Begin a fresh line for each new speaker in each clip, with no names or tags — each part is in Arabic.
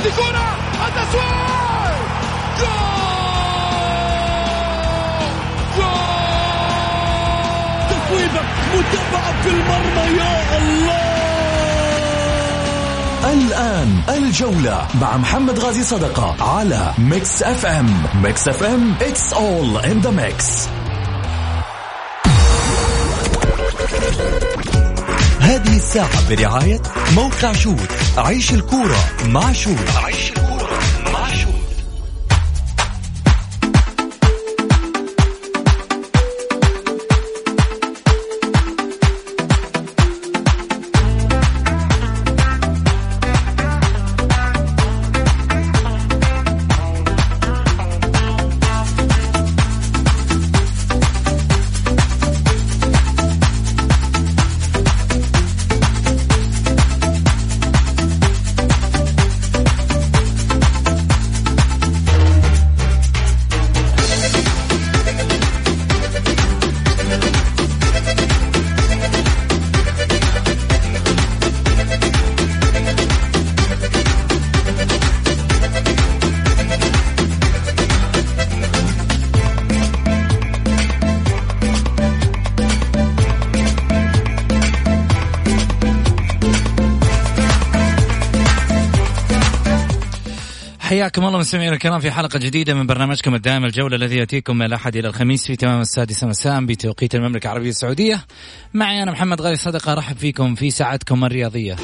هذه كرة التسويق جول تسويبة متابعة في المرمى يا الله.
الآن الجولة مع محمد غازي صدقة على ميكس اف ام. ميكس اف ام it's all in the mix. هذه الساعة برعاية موقع شوت. عيش الكورة مع شوت.
حياكم الله مستمعينا الكرام في حلقة جديدة من برنامجكم الدائم الجولة الذي يأتيكم من الأحد إلى الخميس في تمام 6 مساء بتوقيت المملكة العربية السعودية. معي أنا محمد غازي صدقة، رحب فيكم في ساعتكم الرياضية.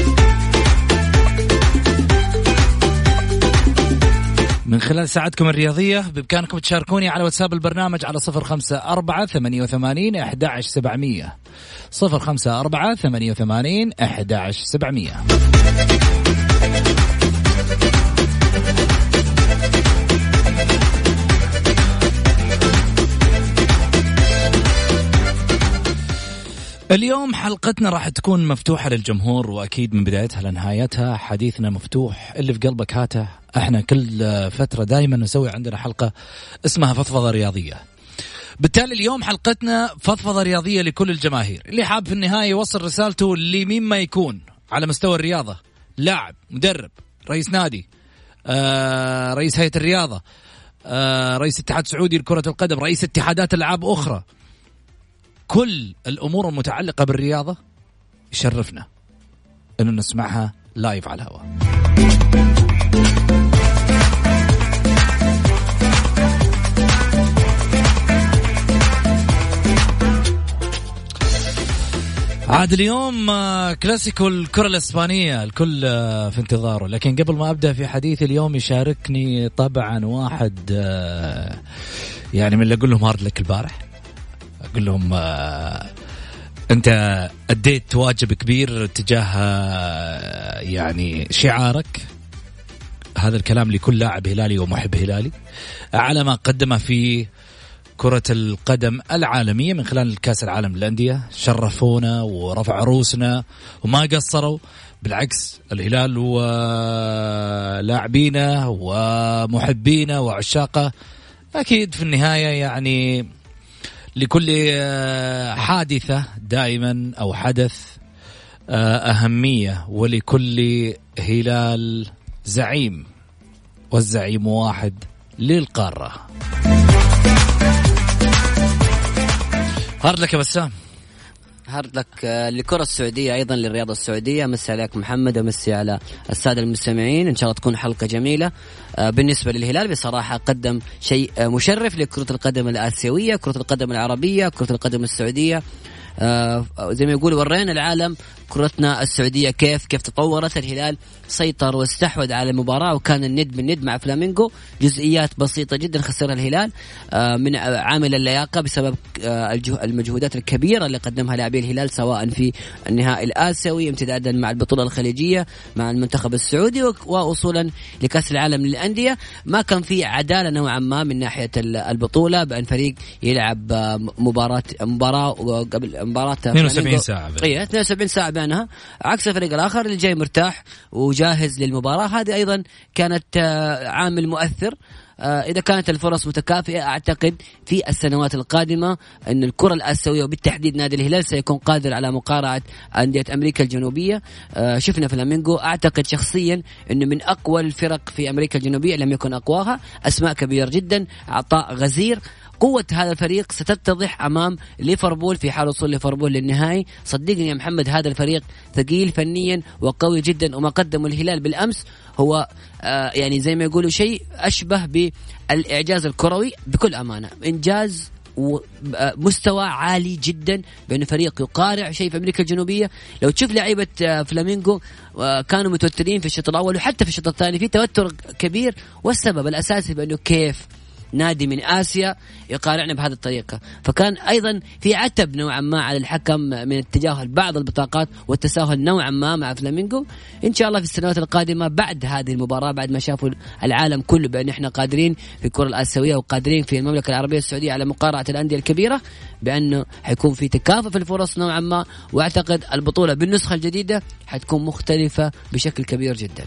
من خلال ساعتكم الرياضية بإمكانكم تشاركوني على واتساب البرنامج على 0548811700 0548811700. اليوم حلقتنا راح تكون مفتوحة للجمهور، وأكيد من بدايتها لنهايتها حديثنا مفتوح. اللي في قلبك هاته. احنا كل فترة دايما نسوي عندنا حلقة اسمها فضفضة رياضية. بالتالي اليوم حلقتنا فضفضة رياضية لكل الجماهير. اللي حاب في النهاية يوصل رسالته لمين ما يكون على مستوى الرياضة، لاعب، مدرب، رئيس نادي، رئيس هيئة الرياضة، رئيس اتحاد سعودي لكرة القدم، رئيس اتحادات الألعاب أخرى، كل الأمور المتعلقة بالرياضة يشرفنا أنه نسمعها لايف على الهواء. عاد اليوم كلاسيكو الكرة الإسبانية، الكل في انتظاره. لكن قبل ما أبدأ في حديث اليوم يشاركني طبعا واحد يعني من اللي أقول لهم هارد لك البارح، أقول لهم أنت أديت واجب كبير تجاه يعني شعارك. هذا الكلام لكل لاعب هلالي ومحب هلالي على ما قدمه في كرة القدم العالمية من خلال كأس العالم للأندية. شرفونا ورفع رؤوسنا وما قصروا، بالعكس الهلال ولاعبينه ومحبينه وعشاقه أكيد في النهاية يعني لكل حادثة دائما أو حدث أهمية، ولكل هلال زعيم، والزعيم واحد للقارة. هارد لك يا بسام.
هارد لك للكرة السعودية، أيضا للرياضة السعودية. مسي عليك محمد ومسي على السادة المستمعين. إن شاء الله تكون حلقة جميلة. بالنسبة للهلال بصراحة قدم شيء مشرف لكرة القدم الآسيوية، كرة القدم العربية، كرة القدم السعودية. زي ما يقول ورينا العالم كرتنا السعودية كيف تطورت. الهلال سيطر واستحوذ على المباراة، وكان الند بالند مع فلامينغو. جزئيات بسيطة جدا خسرها الهلال من عامل اللياقة بسبب المجهودات الكبيرة اللي قدمها لاعبي الهلال سواء في النهائي الآسيوي امتدادا مع البطولة الخليجية مع المنتخب السعودي ووصولا لكأس العالم للأندية. ما كان في عدالة نوعا ما من ناحية البطولة، بأن فريق يلعب مباراة قبل مباراة
72 ساعة
72 ساعة بينها، عكس الفريق الآخر اللي جاي مرتاح وجاهز للمباراة. هذه أيضا كانت عامل مؤثر. إذا كانت الفرص متكافئة أعتقد في السنوات القادمة أن الكرة الآسيوية وبالتحديد نادي الهلال سيكون قادر على مقارعة أندية أمريكا الجنوبية. شفنا فلامينغو، أعتقد شخصيا أنه من أقوى الفرق في أمريكا الجنوبية، لم يكن أقواها، أسماء كبيرة جدا، عطاء غزير. قوة هذا الفريق ستتضح أمام ليفربول في حال وصول ليفربول للنهائي. صدقني يا محمد هذا الفريق ثقيل فنيا وقوي جدا، وما قدمه الهلال بالأمس هو يعني زي ما يقولوا شيء أشبه بالإعجاز الكروي بكل أمانة، إنجاز ومستوى عالي جدا، بأنه فريق يقارع شيء في أمريكا الجنوبية. لو تشوف لعيبة فلامينغو كانوا متوترين في الشوط الأول وحتى في الشوط الثاني في توتر كبير، والسبب الأساسي بأنه كيف نادي من آسيا يقارعنا بهذه الطريقة. فكان أيضا في عتب نوعا ما على الحكم من التجاهل بعض البطاقات والتساهل نوعا ما مع فلامينغو. إن شاء الله في السنوات القادمة بعد هذه المباراة، بعد ما شافوا العالم كله بأن إحنا قادرين في الكرة الآسيوية وقادرين في المملكة العربية السعودية على مقارعة الأندية الكبيرة، بأنه حيكون في تكافؤ في الفرص نوعا ما. وأعتقد البطولة بالنسخة الجديدة حتكون مختلفة بشكل كبير جدا.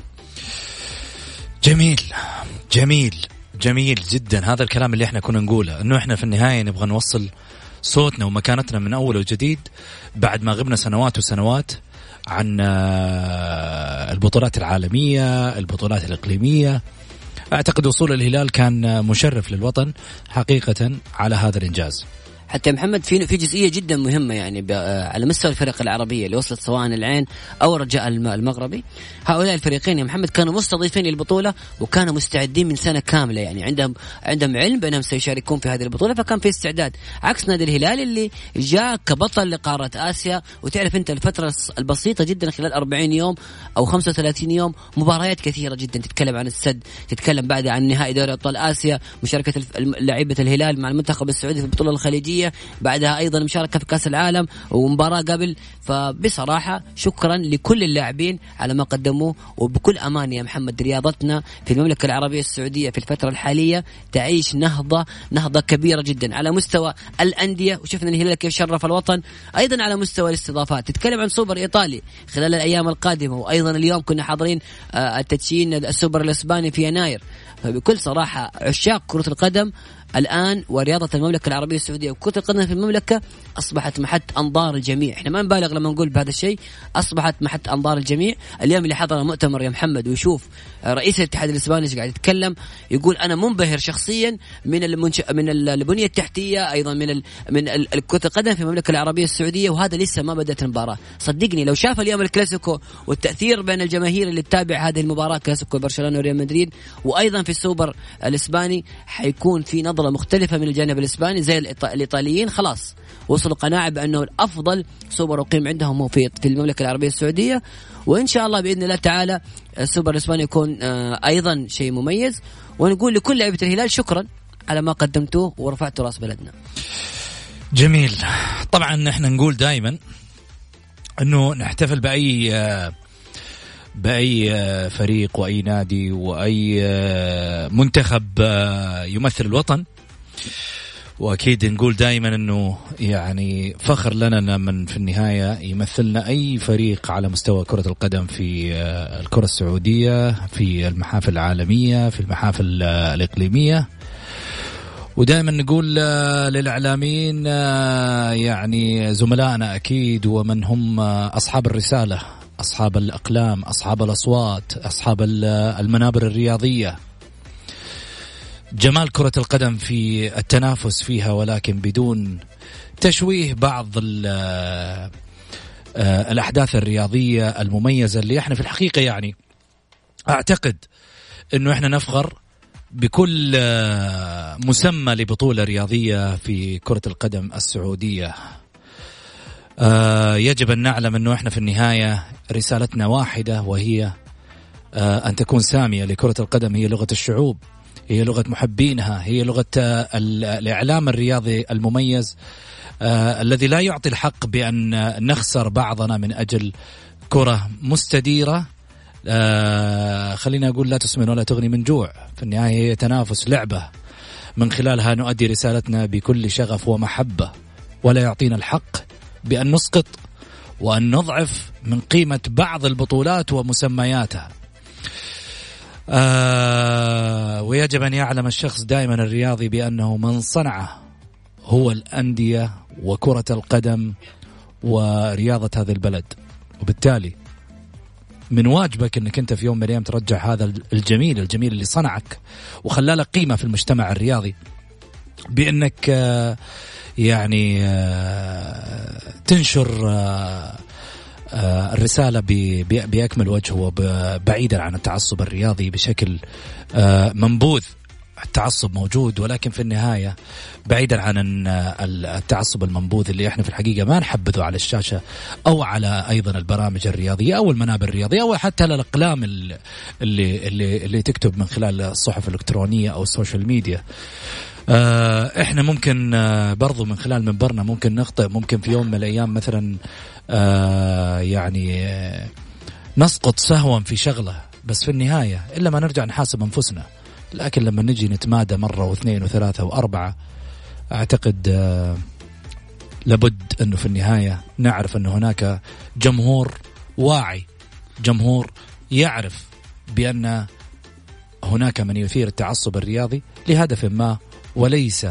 جميل جميل جميل جدا هذا الكلام اللي احنا كنا نقوله، انه احنا في النهاية نبغى نوصل صوتنا ومكانتنا من اول وجديد بعد ما غبنا سنوات وسنوات عن البطولات العالمية، البطولات الإقليمية. اعتقد وصول الهلال كان مشرف للوطن حقيقة على هذا الإنجاز.
حتى محمد في جزئية جدا مهمة يعني على مستوى الفرق العربية اللي وصلت سواء العين أو الرجاء المغربي، هؤلاء الفريقين يا محمد كانوا مستضيفين للبطولة وكانوا مستعدين من سنة كاملة، يعني عندهم علم بأنهم سيشاركون في هذه البطولة، فكان في استعداد، عكس نادي الهلال اللي جاء كبطل لقارة آسيا. وتعرف أنت الفترة البسيطة جدا خلال 40 يوم أو 35 يوم مباريات كثيرة جدا، تتكلم عن السد، تتكلم بعد عن نهائي دوري أبطال آسيا، مشاركة لاعيبة الهلال مع المنتخب السعودي في البطولة الخليجية، بعدها أيضا مشاركة في كأس العالم ومباراة قبل. فبصراحة شكرا لكل اللاعبين على ما قدموه. وبكل أمان يا محمد رياضتنا في المملكة العربية السعودية في الفترة الحالية تعيش نهضة كبيرة جدا على مستوى الأندية، وشفنا الهلال كيف شرف الوطن، أيضا على مستوى الاستضافات. تتكلم عن سوبر إيطالي خلال الأيام القادمة، وأيضا اليوم كنا حاضرين التدشين السوبر الإسباني في يناير. فبكل صراحة عشاق كرة القدم الآن ورياضة المملكة العربية السعودية وكرة القدم في المملكة أصبحت محط أنظار الجميع. إحنا ما نبالغ لما نقول بهذا الشيء، أصبحت محط أنظار الجميع. اليوم اللي حضر المؤتمر يا محمد ويشوف رئيس الاتحاد الإسباني قاعد يتكلم، يقول أنا منبهر شخصيا من البنية التحتية، أيضا من كرة القدم في المملكة العربية السعودية، وهذا لسه ما بدأت المباراة. صدقني لو شاف اليوم الكلاسيكو والتأثير بين الجماهير اللي تتابع هذه المباراة، كلاسيكو برشلونة وريال مدريد، وأيضا في السوبر الإسباني، حيكون في نظرة مختلفة من الجانب الإسباني. زي الإيطاليين خلاص وصلوا قناعة بأنه الأفضل سوبر أقيم عندهم هو في المملكة العربية السعودية، وإن شاء الله بإذن الله تعالى السوبر الإسباني يكون أيضا شيء مميز. ونقول لكل لاعبي الهلال شكرا على ما قدمتوه ورفعتوا راس بلدنا.
جميل. طبعا نحن نقول دائما أنه نحتفل بأي فريق وأي نادي وأي منتخب يمثل الوطن، وأكيد نقول دائما أنه يعني فخر لنا من في النهاية يمثلنا أي فريق على مستوى كرة القدم في الكرة السعودية، في المحافل العالمية، في المحافل الإقليمية. ودائما نقول للإعلاميين يعني زملائنا أكيد ومن هم أصحاب الرسالة، أصحاب الأقلام، أصحاب الأصوات، أصحاب المنابر الرياضية، جمال كرة القدم في التنافس فيها ولكن بدون تشويه بعض الأحداث الرياضية المميزة اللي احنا في الحقيقة يعني أعتقد أنه احنا نفخر بكل مسمى لبطولة رياضية في كرة القدم السعودية. يجب أن نعلم أنه إحنا في النهاية رسالتنا واحدة، وهي أن تكون سامية لكرة القدم. هي لغة الشعوب، هي لغة محبينها، هي لغة الإعلام الرياضي المميز الذي لا يعطي الحق بأن نخسر بعضنا من أجل كرة مستديرة. خلينا أقول لا تسمن ولا تغني من جوع. في النهاية هي تنافس، لعبة من خلالها نؤدي رسالتنا بكل شغف ومحبة، ولا يعطينا الحق بأن نسقط وأن نضعف من قيمة بعض البطولات ومسمياتها. ويجب أن يعلم الشخص دائما الرياضي بأنه من صنعه هو الأندية وكرة القدم ورياضة هذا البلد، وبالتالي من واجبك أنك أنت في يوم من الأيام ترجع هذا الجميل اللي صنعك وخلى لك قيمة في المجتمع الرياضي، بأنك يعني تنشر الرسالة بأكمل وجه وبعيدا عن التعصب الرياضي بشكل منبوذ. التعصب موجود، ولكن في النهاية بعيدا عن التعصب المنبوذ اللي احنا في الحقيقة ما نحبذه على الشاشة أو على أيضا البرامج الرياضية أو المنابر الرياضية أو حتى الأقلام اللي تكتب من خلال الصحف الإلكترونية أو السوشيال ميديا. احنا ممكن برضو من خلال منبرنا ممكن نخطئ، ممكن في يوم من الأيام مثلا يعني نسقط سهوا في شغلة، بس في النهاية إلا ما نرجع نحاسب أنفسنا. لكن لما نجي نتمادى مرة واثنين وثلاثة وأربعة، أعتقد لابد أنه في النهاية نعرف أنه هناك جمهور واعي، جمهور يعرف بأن هناك من يثير التعصب الرياضي لهدف ما وليس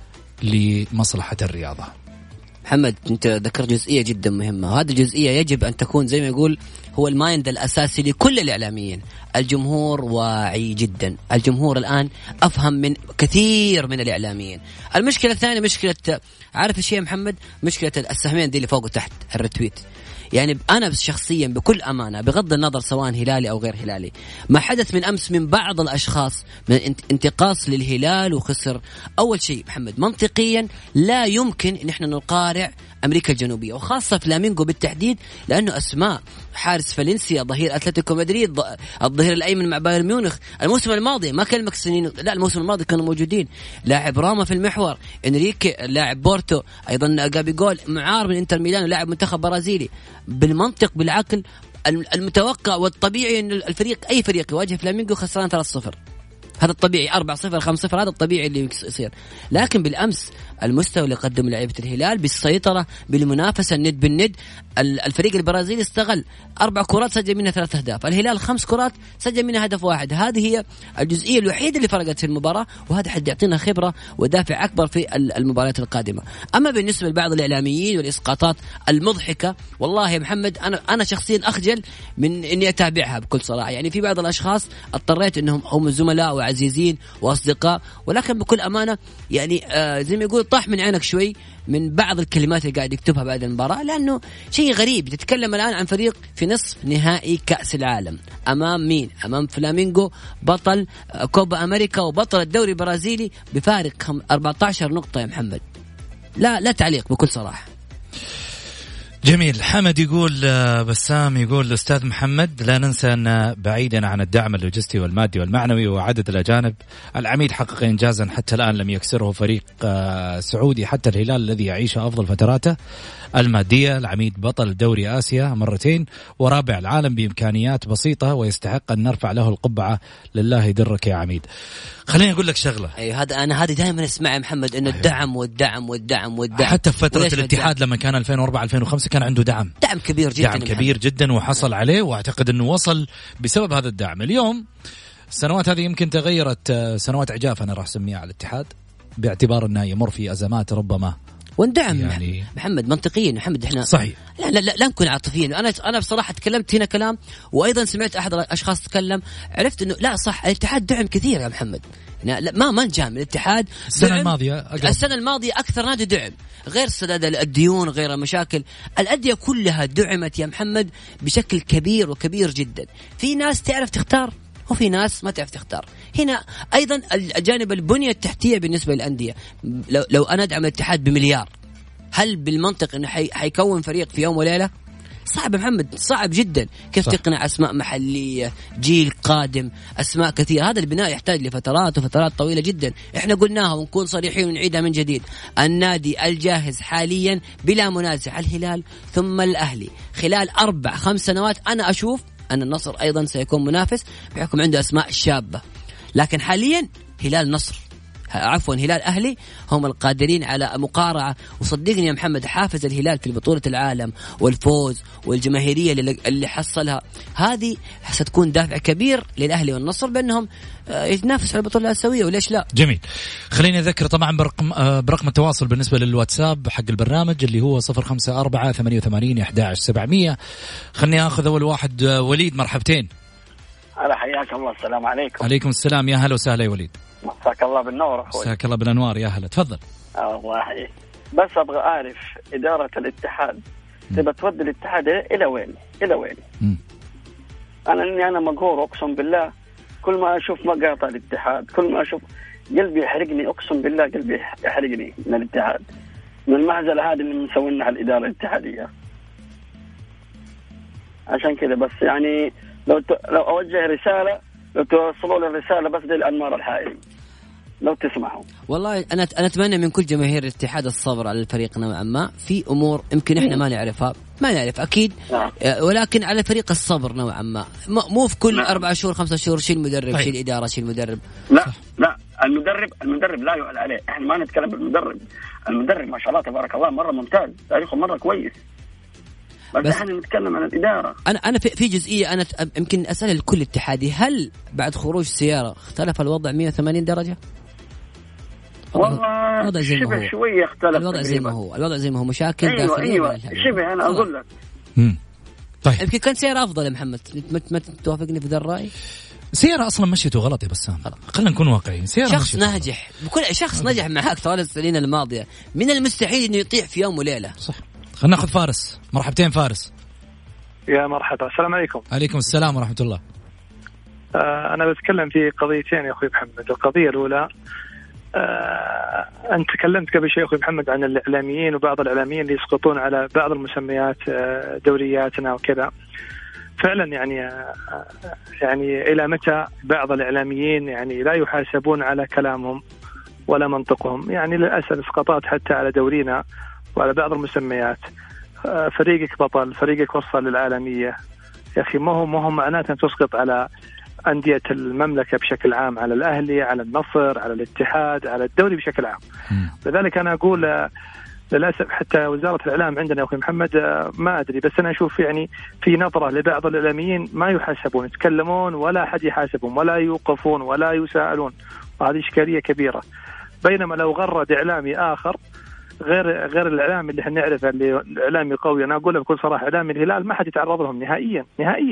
لمصلحة الرياضة.
محمد، أنت ذكر جزئية جدا مهمة، وهذه الجزئية يجب أن تكون زي ما يقول هو المايند الأساسي لكل الإعلاميين. الجمهور واعي جدا، الجمهور الآن أفهم من كثير من الإعلاميين. المشكلة الثانية مشكلة، عارف الشيء محمد، مشكلة السهمين دي اللي فوق وتحت الرتويت. يعني أنا شخصيا بكل أمانة بغض النظر سواء هلالي أو غير هلالي، ما حدث من أمس من بعض الأشخاص من انتقاص للهلال وخسر، أول شيء محمد منطقيا لا يمكن إن احنا نقارع أمريكا الجنوبية وخاصة فلامينغو بالتحديد، لأنه أسماء حارس فالنسيا، ظهير أتلتيكو مدريد، الظهير الأيمن مع بايرن ميونخ الموسم الماضي، ما كلمك سنين، لا الموسم الماضي كانوا موجودين، لاعب راما في المحور، إنريكي لاعب بورتو، أيضا جابي جول معار من إنتر ميلان ولاعب منتخب برازيلي. بالمنطق بالعقل المتوقع والطبيعي أن الفريق أي فريق يواجه فلامينغو خسران 3-0، هذا الطبيعي، 4-0 5-0 هذا الطبيعي اللي يصير. لكن بالأمس المستوى اللي قدم لعيبة الهلال بالسيطرة بالمنافسة الند بالند، الفريق البرازيلي استغل 4 كرات سجل منها 3 أهداف، الهلال 5 كرات سجل منها هدف واحد. هذه هي الجزئية الوحيدة اللي فرقت في المباراة، وهذا حد يعطينا خبرة ودافع أكبر في المباريات القادمة. أما بالنسبة لبعض الإعلاميين والإسقاطات المضحكة، والله يا محمد أنا شخصيا أخجل من إني أتابعها بكل صراحة. يعني في بعض الأشخاص اضطريت إنهم هم زملاء وعزيزين وأصدقاء، ولكن بكل أمانة يعني زي ما يقول طاح من عينك شوي من بعض الكلمات اللي قاعد يكتبها بعد المباراة، لأنه شيء غريب. تتكلم الآن عن فريق في نصف نهائي كأس العالم، أمام مين؟ أمام فلامينغو بطل كوبا أمريكا وبطل الدوري البرازيلي بفارق 14 نقطة يا محمد. لا تعليق بكل صراحة.
جميل. حمد يقول بسام يقول الأستاذ محمد لا ننسى أن بعيدا عن الدعم اللوجستي والمادي والمعنوي وعدد الأجانب، العميد حقق إنجازا حتى الآن لم يكسره فريق سعودي، حتى الهلال الذي يعيش أفضل فتراته المادية. العميد بطل دوري آسيا مرتين ورابع العالم بإمكانيات بسيطة، ويستحق أن نرفع له القبعة. لله يدرك يا عميد. خليني أقول لك شغلة،
هذه دائما اسمع يا محمد إنه الدعم والدعم والدعم والدعم.
حتى في فترة الاتحاد لما كان 2004-2005 كان عنده دعم
كبير جدا،
دعم كبير جدا وحصل عليه، واعتقد انه وصل بسبب هذا الدعم. اليوم السنوات هذه يمكن تغيرت، سنوات عجاف انا راح اسميها على الاتحاد، باعتبار انه يمر في ازمات ربما
وندعم
يعني
محمد منطقيا. محمد احنا
صحيح
لا نكون عاطفيين. انا بصراحه تكلمت هنا كلام، وايضا سمعت احد الاشخاص تكلم، عرفت انه لا صح، الاتحاد دعم كثير يا محمد. ما نجامل الاتحاد.
السنة
الماضية أكثر نادي دعم، غير سداد الديون غير المشاكل، الأندية كلها دعمت يا محمد بشكل كبير وكبير جدا. في ناس تعرف تختار وفي ناس ما تعرف تختار. هنا أيضا الجانب البنية التحتية بالنسبة للأندية، لو أنا أدعم الاتحاد بمليار، هل بالمنطق أنه حيكون فريق في يوم وليلة؟ صعب محمد، صعب جدا. كيف تقنع أسماء محلية، جيل قادم، أسماء كثيرة؟ هذا البناء يحتاج لفترات وفترات طويلة جدا. إحنا قلناها ونكون صريحين ونعيدها من جديد، النادي الجاهز حاليا بلا منازع الهلال ثم الأهلي. خلال 4-5 سنوات أنا أشوف أن النصر أيضا سيكون منافس بحكم عنده أسماء شابة، لكن حاليا هلال نصر عفوا هلال أهلي هم القادرين على مقارعة. وصدقني يا محمد حافز الهلال في بطولة العالم والفوز والجماهيرية اللي حصلها هذه ستكون دافع كبير للأهلي والنصر بأنهم يتنافسوا على البطولة الآسيوية، وليش لا.
جميل. خليني أذكر طبعا برقم التواصل بالنسبة للواتساب حق البرنامج اللي هو 0548811700. خلني أخذ أول واحد. وليد مرحبتين.
هلا حياك الله. السلام عليكم.
عليكم السلام. يا هلا وسهلا يا وليد.
مساك الله بالنور أخوي.
مساك الله بالأنوار. يا هلا تفضل.
الله يحييك. بس أبغى أعرف إدارة الاتحاد تبى تودي الاتحاد إلى وين؟ إلى وين؟ أنا مقهور أقسم بالله. كل ما أشوف مقاطع الاتحاد كل ما أشوف قلبي يحرقني، أقسم بالله قلبي يحرقني من الاتحاد، من المهزلة هذه اللي مسوينها على الإدارة الاتحادية. عشان كذا بس يعني لو أوجه رسالة، لو توصلوا لي الرسالة بس للأنمار الحائري لو تسمحوا.
والله أنا أتمنى من كل جماهير الاتحاد الصبر على الفريق نوعا ما. في أمور يمكن إحنا ما نعرفها، ما نعرف أكيد، ولكن على فريق الصبر نوعا ما. مو في كل 4 شهور 5 شهور شيل مدرب، شيل إدارة، شيل مدرب.
لا المدرب لا يعلى عليه. إحنا ما نتكلم بالمدرب. المدرب ما شاء الله تبارك الله مرة ممتاز، تاريخه مرة كويس، بس احنا نتكلم عن الإدارة.
أنا في جزئية أنا يمكن أسأل الكل اتحادي، هل بعد خروج سيارة اختلف الوضع 180 درجة؟
والله شبه شوية اختلف.
الوضع زي ما هو مشاكل داخلية.
أيوة شبه. أنا أقول لك
طيب
يمكن كان سيارة أفضل يا محمد. ما توافقني في ذا الرأي؟
سيارة أصلا مشيته غلط يا بسام. خلينا نكون واقعيين. سيارة
شخص ناجح، بكل شخص نجح معك طوال السنين الماضية، من المستحيل إنه يطيح في يوم وليلة.
صح. خلينا ناخذ فارس. مرحبتين فارس.
يا مرحبا. السلام عليكم.
عليكم السلام ورحمة الله.
أنا بتكلم في قضيتين يا أخوي محمد. القضية الأولى أنت تكلمت قبل شيء أخوي محمد عن الإعلاميين وبعض الإعلاميين اللي يسقطون على بعض المسميات دورياتنا وكذا. فعلا يعني إلى متى بعض الإعلاميين يعني لا يحاسبون على كلامهم ولا منطقهم؟ يعني للأسف اسقاطات حتى على دورينا وعلى بعض المسميات. فريقك بطل، فريقك وصل للعالمية يا أخي، ما هو معناته تسقط على أندية المملكة بشكل عام، على الأهلي، على النصر، على الاتحاد، على الدوري بشكل عام. لذلك أنا أقول للأسف حتى وزارة الإعلام عندنا يا أخي محمد ما أدري، بس أنا أشوف يعني في نظرة لبعض الإعلاميين ما يحاسبون، يتكلمون ولا أحد يحاسبهم ولا يوقفون ولا يساءلون، وهذه إشكالية كبيرة. بينما لو غرد إعلامي آخر غير الإعلام اللي احنا نعرفه، اللي إعلامي قوي، أنا أقول بكل صراحة إعلامي الهلال ما حد يتعرض لهم نهائيا.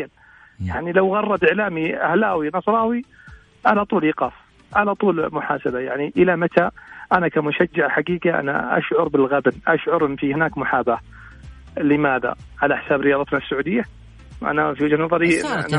يعني لو غرد إعلامي أهلاوي نصراوي على طول إيقاف، على طول محاسبة. يعني إلى متى؟ أنا كمشجع حقيقة أنا أشعر بالغبن، أشعر أن في هناك محاباة. لماذا؟ على حساب رياضتنا السعودية. أنا في وجهة نظري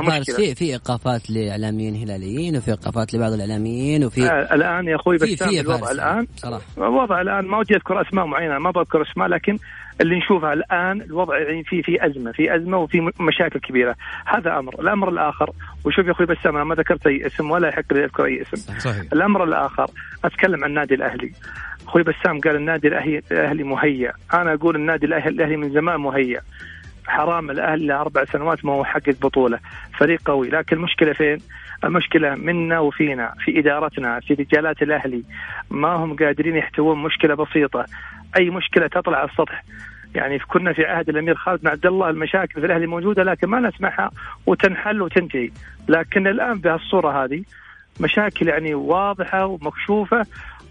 في إيقافات لإعلاميين هلاليين، وفي إيقافات لبعض الإعلاميين، وفي
الآن يا أخوي بس الوضع الآن الوضع الآن ما ودي أذكر أسماء معينة، ما بذكر اسماء، لكن اللي نشوفها الآن الوضع يعني في أزمة وفي مشاكل كبيرة. هذا أمر. الأمر الآخر، وشوف يا أخوي بسام أنا ما ذكرت أي اسم ولا يحق لي أذكر أي اسم.
صحيح.
الأمر الآخر أتكلم عن النادي الأهلي. أخوي بسام قال النادي الأهلي مهيأ، أنا أقول النادي الأهلي من زمان مهيأ. حرام الأهلي 4 سنوات ما هو حقق بطولة، فريق قوي، لكن المشكلة فين؟ المشكلة منا وفينا، في إدارتنا، في رجالات الأهلي، ما هم قادرين يحتوون مشكلة بسيطة. أي مشكلة تطلع على السطح. يعني كنا في عهد الأمير خالد بن عبد الله المشاكل في الأهلي موجودة لكن ما نسمعها وتنحل وتنتهي. لكن الآن بهالصورة هذه مشاكل يعني واضحة ومكشوفة،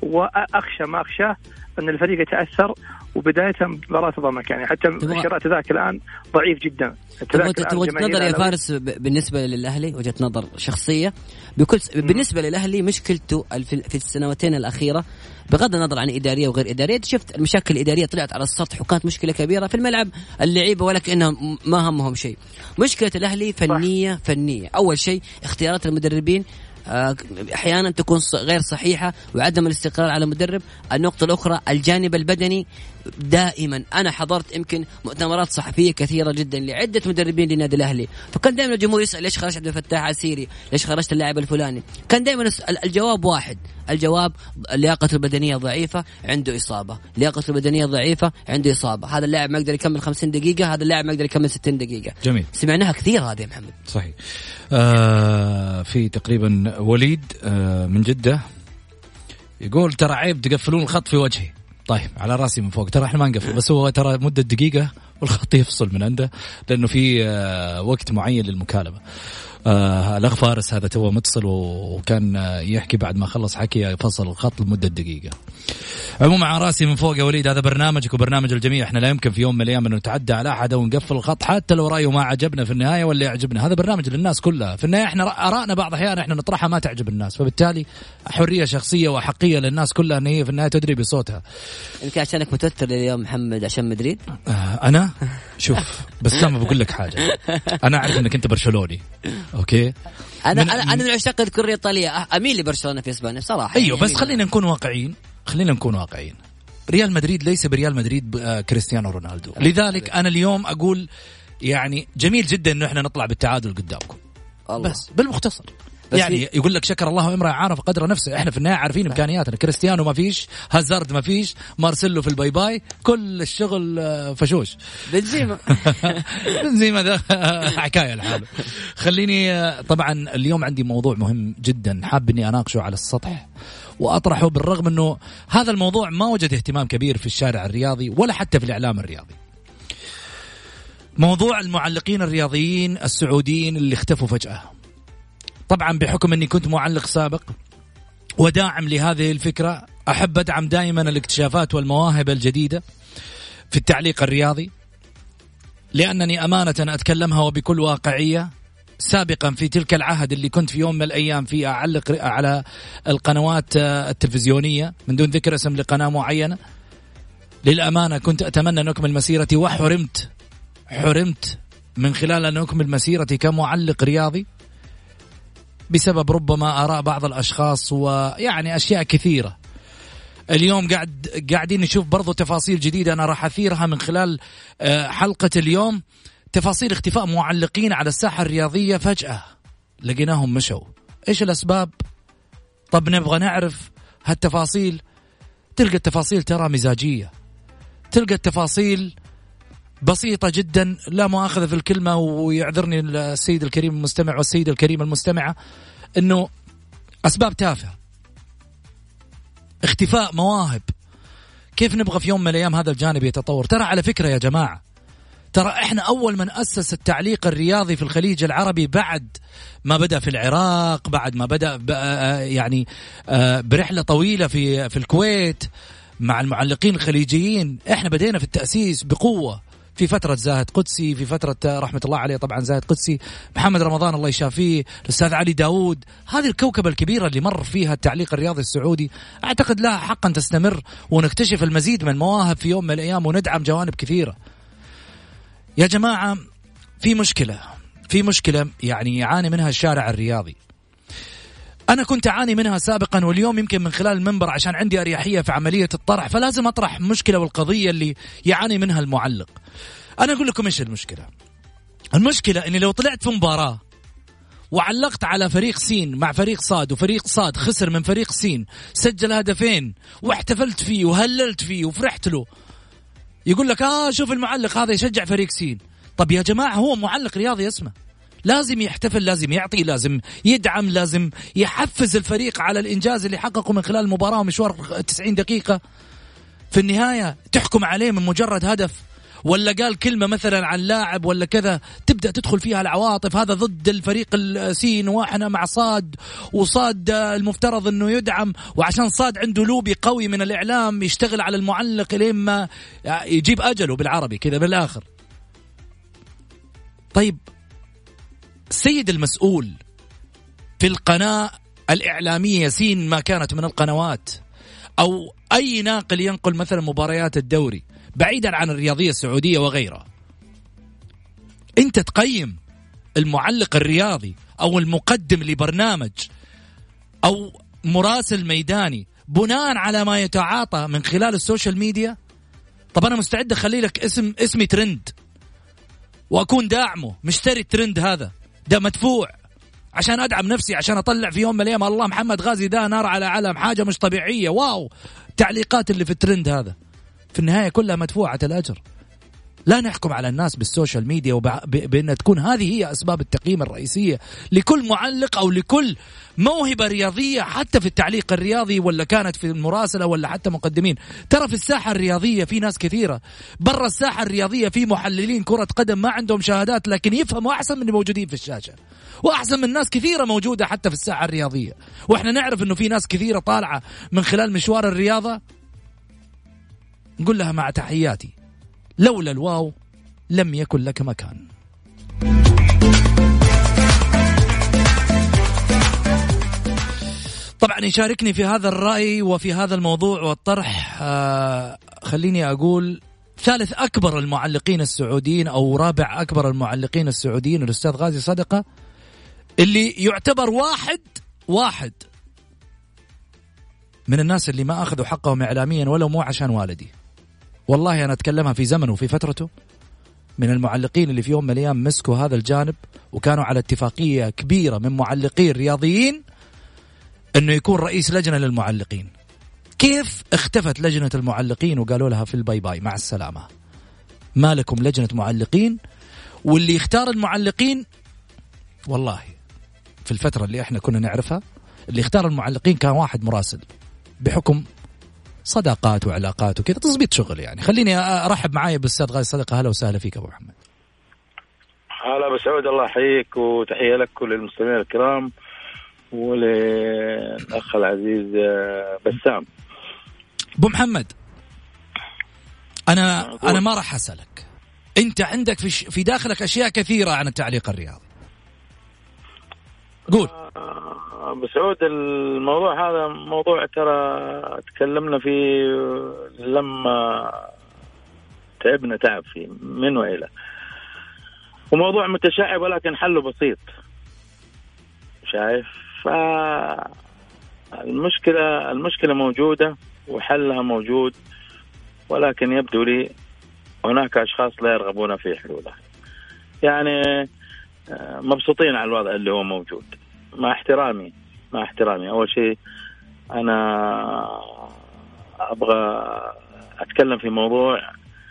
وأخشى ما أخشاه أن الفريق يتأثر، وبداية مباراة ضمك يعني حتى مؤشرات ذاك الآن ضعيف جدا.
وجهة نظر يا فارس بالنسبة للأهلي، وجهة نظر شخصية بالنسبة للأهلي مشكلته في السنواتين الأخيرة بغض النظر عن إدارية وغير إدارية. شفت المشاكل الإدارية طلعت على السطح وكانت مشكلة كبيرة في الملعب، اللعيبة ولا كأنهم ما همهم شيء. مشكلة الأهلي فنية. أول شيء اختيارات المدربين أحيانا تكون غير صحيحة وعدم الاستقرار على المدرب. النقطة الأخرى الجانب البدني. دائما أنا حضرت يمكن مؤتمرات صحفية كثيرة جدا لعدة مدربين لنادي الأهلي، فكان دائما الجمهور يسأل ليش خرجت عبد الفتاح عسيري، ليش خرجت اللاعب الفلاني. كان دائما الجواب واحد، الجواب لياقته البدنية ضعيفة عنده إصابة، لياقته البدنية ضعيفة عنده إصابة، هذا اللاعب ما يقدر يكمل 50 دقيقة، هذا اللاعب ما يقدر يكمل 60 دقيقة.
جميل.
سمعناها كثير هذه يا محمد.
صحيح. في تقريبا وليد من جدة يقول ترى عيب تقفلون الخط في وجهي. طيب على راسي من فوق، ترى احنا ما نقفل، بس هو ترى مدة دقيقة والخط يفصل من عنده لأنه في وقت معين للمكالمة. الأخ فارس هذا توه متصل وكان يحكي بعد ما خلص حكي فصل الخط لمدة دقيقة. عموما على راسي من فوق يا وليد، هذا برنامجك وبرنامج الجميع. احنا لا يمكن في يوم من الأيام أن نتعدى على أحد ونقفل الخط حتى لو رأيه ما عجبنا في النهاية ولا يعجبنا. هذا برنامج للناس كلها في النهاية. احنا آرائنا بعض الأحيان احنا نطرحها ما تعجب الناس، فبالتالي حرية شخصية وحقية للناس كلها أن هي في النهاية تدري بصوتها.
يمكن عشانك متوتر اليوم محمد عشان مدريد.
أنا شوف بس لما بقول لك حاجة، أنا أعرف أنك أنت برشلوني أوكي.
أنا من عشاق الكرة الإيطالية، أميل لبرشلونة في إسبانيا صراحة.
أيوه بس خلينا نكون واقعيين، ريال مدريد ليس بريال مدريد كريستيانو رونالدو. لذلك أنا اليوم أقول يعني جميل جدا إنه إحنا نطلع بالتعادل قدامكم بس بالمختصر. يعني يقول لك شكر الله امرأة عارف قدر نفسه. احنا في النهاية عارفين امكانياتنا. كريستيانو ما فيش، هازارد ما فيش، مارسيلو في الباي باي، كل الشغل فشوش. بنزيما ده حكاية الحال. خليني طبعا اليوم عندي موضوع مهم جدا حاب اني اناقشه على السطح واطرحه، بالرغم انه هذا الموضوع ما وجد اهتمام كبير في الشارع الرياضي ولا حتى في الاعلام الرياضي. موضوع المعلقين الرياضيين السعوديين اللي اختفوا فجأة. طبعا بحكم أني كنت معلق سابق وداعم لهذه الفكرة، أحب أدعم دائما الاكتشافات والمواهب الجديدة في التعليق الرياضي، لأنني أمانة أتكلمها وبكل واقعية. سابقا في تلك العهد اللي كنت في يوم من الأيام فيه أعلق على القنوات التلفزيونية من دون ذكر اسم لقناة معينة، للأمانة كنت أتمنى أن أكمل مسيرتي وحرمت من خلال أن أكمل مسيرتي كمعلق رياضي بسبب ربما آراء بعض الأشخاص ويعني أشياء كثيرة. اليوم قاعدين نشوف برضو تفاصيل جديدة أنا راح أثيرها من خلال حلقة اليوم. تفاصيل اختفاء معلقين على الساحة الرياضية فجأة لقيناهم مشوا. إيش الأسباب؟ طب نبغى نعرف هالتفاصيل. تلقى التفاصيل ترى مزاجية، تلقى التفاصيل بسيطة جدا، لا مؤاخذة في الكلمة ويعذرني السيد الكريم المستمع والسيدة الكريمة المستمعة، إنه أسباب تافهة، اختفاء مواهب. كيف نبغى في يوم من الأيام هذا الجانب يتطور؟ ترى على فكرة يا جماعة، ترى إحنا أول من أسس التعليق الرياضي في الخليج العربي بعد ما بدأ في العراق، بعد ما بدأ يعني برحلة طويلة في الكويت مع المعلقين الخليجيين. إحنا بدينا في التأسيس بقوة في فترة زاهد قدسي، في فترة رحمة الله عليه طبعا زاهد قدسي، محمد رمضان الله يشافيه، الأستاذ علي داود. هذه الكوكبة الكبيرة اللي مر فيها التعليق الرياضي السعودي أعتقد لها حقا تستمر ونكتشف المزيد من مواهب في يوم من الأيام وندعم جوانب كثيرة. يا جماعة في مشكلة يعني يعاني منها الشارع الرياضي. أنا كنت أعاني منها سابقا، واليوم يمكن من خلال المنبر عشان عندي أريحية في عملية الطرح فلازم أطرح مشكلة والقضية اللي يعاني منها المعلق. أنا أقول لكم إيش المشكلة. المشكلة إني لو طلعت في مباراة وعلقت على فريق سين مع فريق صاد، وفريق صاد خسر من فريق سين، سجل هدفين واحتفلت فيه وهللت فيه وفرحت له، يقول لك شوف المعلق هذا يشجع فريق سين. طب يا جماعة هو معلق رياضي اسمه، لازم يحتفل، لازم يعطي، لازم يدعم، لازم يحفز الفريق على الإنجاز اللي حققه من خلال المباراة ومشوار 90 دقيقة. في النهاية تحكم عليه من مجرد هدف ولا قال كلمة مثلا عن لاعب ولا كذا تبدأ تدخل فيها العواطف، هذا ضد الفريق السين وإحنا مع صاد، وصاد المفترض أنه يدعم، وعشان صاد عنده لوبي قوي من الإعلام يشتغل على المعلق لين ما يجيب أجله بالعربي كذا بالآخر. طيب السيد المسؤول في القناة الإعلامية سين ما كانت من القنوات، أو أي ناقل ينقل مثلا مباريات الدوري بعيدا عن الرياضية السعودية وغيرها، أنت تقيم المعلق الرياضي أو المقدم لبرنامج أو مراسل ميداني بناء على ما يتعاطى من خلال السوشيال ميديا؟ طب أنا مستعد أخلي لك اسمي ترند وأكون داعمه، مشتري الترند هذا، ده مدفوع عشان أدعم نفسي، عشان أطلع في يوم من الأيام الله محمد غازي ده نار على علم، حاجة مش طبيعية، واو. تعليقات اللي في الترند هذا في النهاية كلها مدفوعة الأجر. لا نحكم على الناس بالسوشيال ميديا بأن تكون هذه هي أسباب التقييم الرئيسية لكل معلق أو لكل موهبة رياضية، حتى في التعليق الرياضي ولا كانت في المراسلة ولا حتى مقدمين. ترى في الساحة الرياضية في ناس كثيرة، برا الساحة الرياضية في محللين كرة قدم ما عندهم شهادات لكن يفهموا أحسن من اللي موجودين في الشاشة، وأحسن من ناس كثيرة موجودة حتى في الساحة الرياضية. وإحنا نعرف أنه في ناس كثيرة طالعة من خلال مشوار الرياضة نقول لها مع تحياتي، لولا الواو لم يكن لك مكان. طبعا يشاركني في هذا الرأي وفي هذا الموضوع والطرح خليني أقول ثالث أكبر المعلقين السعوديين أو رابع أكبر المعلقين السعوديين الأستاذ غازي صدقة، اللي يعتبر واحد من الناس اللي ما أخذوا حقهم إعلاميا ولو مو عشان والدي. والله أنا أتكلمها في زمنه وفي فترته، من المعلقين اللي في يوم من الأيام مسكوا هذا الجانب وكانوا على اتفاقية كبيرة من معلقين رياضيين أنه يكون رئيس لجنة للمعلقين. كيف اختفت لجنة المعلقين وقالوا لها في الباي باي مع السلامة، ما لكم لجنة معلقين؟ واللي يختار المعلقين والله في الفترة اللي احنا كنا نعرفها اللي اختار المعلقين كان واحد مراسل بحكم صداقات وعلاقات وكذا تظبيط شغل يعني. خليني أرحب معايا بالأستاذ غازي صدقة. هلا وسهلا فيك أبو محمد.
هلا أبو سعود، الله يحييك وتحية لك وللمستمعين الكرام وللأخ العزيز بسام.
أبو محمد أنا ما راح أسألك، أنت عندك في داخلك أشياء كثيرة عن التعليق الرياضي، قول.
أبو سعود الموضوع هذا موضوع ترى تكلمنا فيه لما تعبنا تعب فيه من وإلى، وموضوع متشعب ولكن حله بسيط شايف. المشكلة موجودة وحلها موجود، ولكن يبدو لي هناك أشخاص لا يرغبون في حلولها، يعني مبسوطين على الوضع اللي هو موجود. مع احترامي أول شيء أنا أبغى أتكلم في موضوع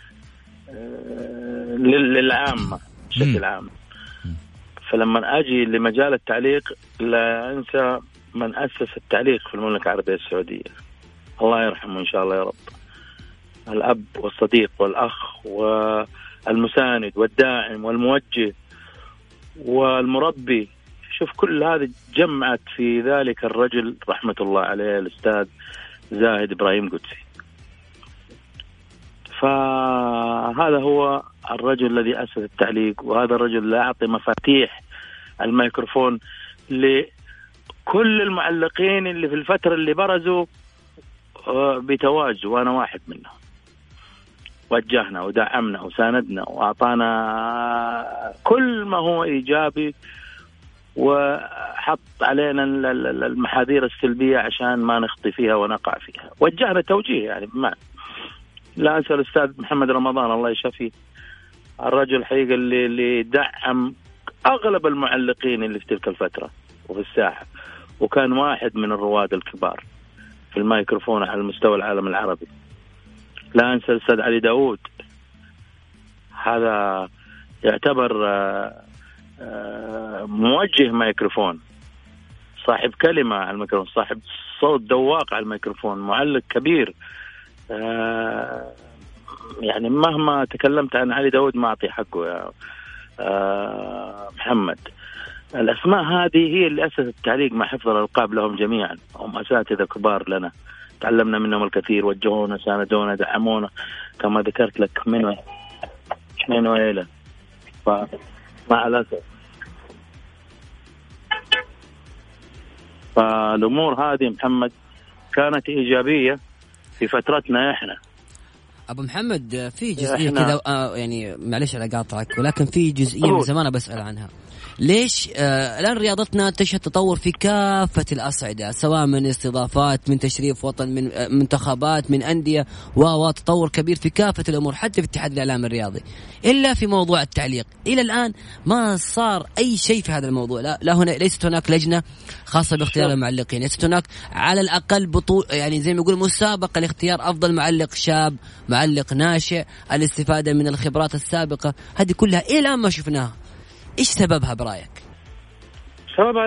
للعامة بشكل عام. فلما أجي لمجال التعليق لا أنسى من أسس التعليق في المملكة العربية السعودية، الله يرحمه إن شاء الله يا رب، الأب والصديق والأخ والمساند والداعم والموجه والمربي. شوف كل هذا جمعت في ذلك الرجل رحمة الله عليه الأستاذ زاهد إبراهيم قدسي. فهذا هو الرجل الذي أسس التعليق، وهذا الرجل اللي أعطي مفاتيح الميكروفون لكل المعلقين اللي في الفترة اللي برزوا بتواجد، وأنا واحد منهم. وجهنا ودعمنا وساندنا وأعطانا كل ما هو إيجابي، وحط علينا المحاذير السلبية عشان ما نخطي فيها ونقع فيها. وجهنا توجيه يعني بمعنى لا أنسى الأستاذ محمد رمضان الله يشفيه، الرجل الحقيقة اللي دعم أغلب المعلقين اللي في تلك الفترة وفي الساحة، وكان واحد من الرواد الكبار في الميكروفون على مستوى العالم العربي. لا أنسى الأستاذ علي داود، هذا يعتبر موجه ميكروفون، صاحب كلمة على الميكروفون، صاحب صوت دواق على الميكروفون، معلق كبير. يعني مهما تكلمت عن علي داود ما أعطي حقه يا محمد. الأسماء هذه هي اللي أسست التعليق مع حفظ الألقاب لهم جميعا، هم أساتذة كبار لنا، تعلمنا منهم الكثير، وجهونا ساندونا دعمونا كما ذكرت لك من وإلى. مع الأسف فالأمور هذه محمد كانت إيجابية في فترتنا إحنا.
أبو محمد في جزئية كذا يعني معلش على قاطعك، ولكن في جزئية من زمان بسأل عنها. ليش الآن رياضتنا تشهد تطور في كافة الأصعدة، سواء من استضافات، من تشريف وطن، من منتخبات، من أندية، وتطور كبير في كافة الأمور، حتى في اتحاد الإعلام الرياضي. إلا في موضوع التعليق إلى الآن ما صار أي شيء في هذا الموضوع. لا هنا ليست هناك لجنة خاصة باختيار المعلقين، ليست هناك على الأقل يعني زي ما يقول مسابقة لاختيار أفضل معلق شاب، معلق ناشئ، الاستفادة من الخبرات السابقة. هذه كلها إلى الآن ما شفناها. إيش سببها برأيك؟
سببها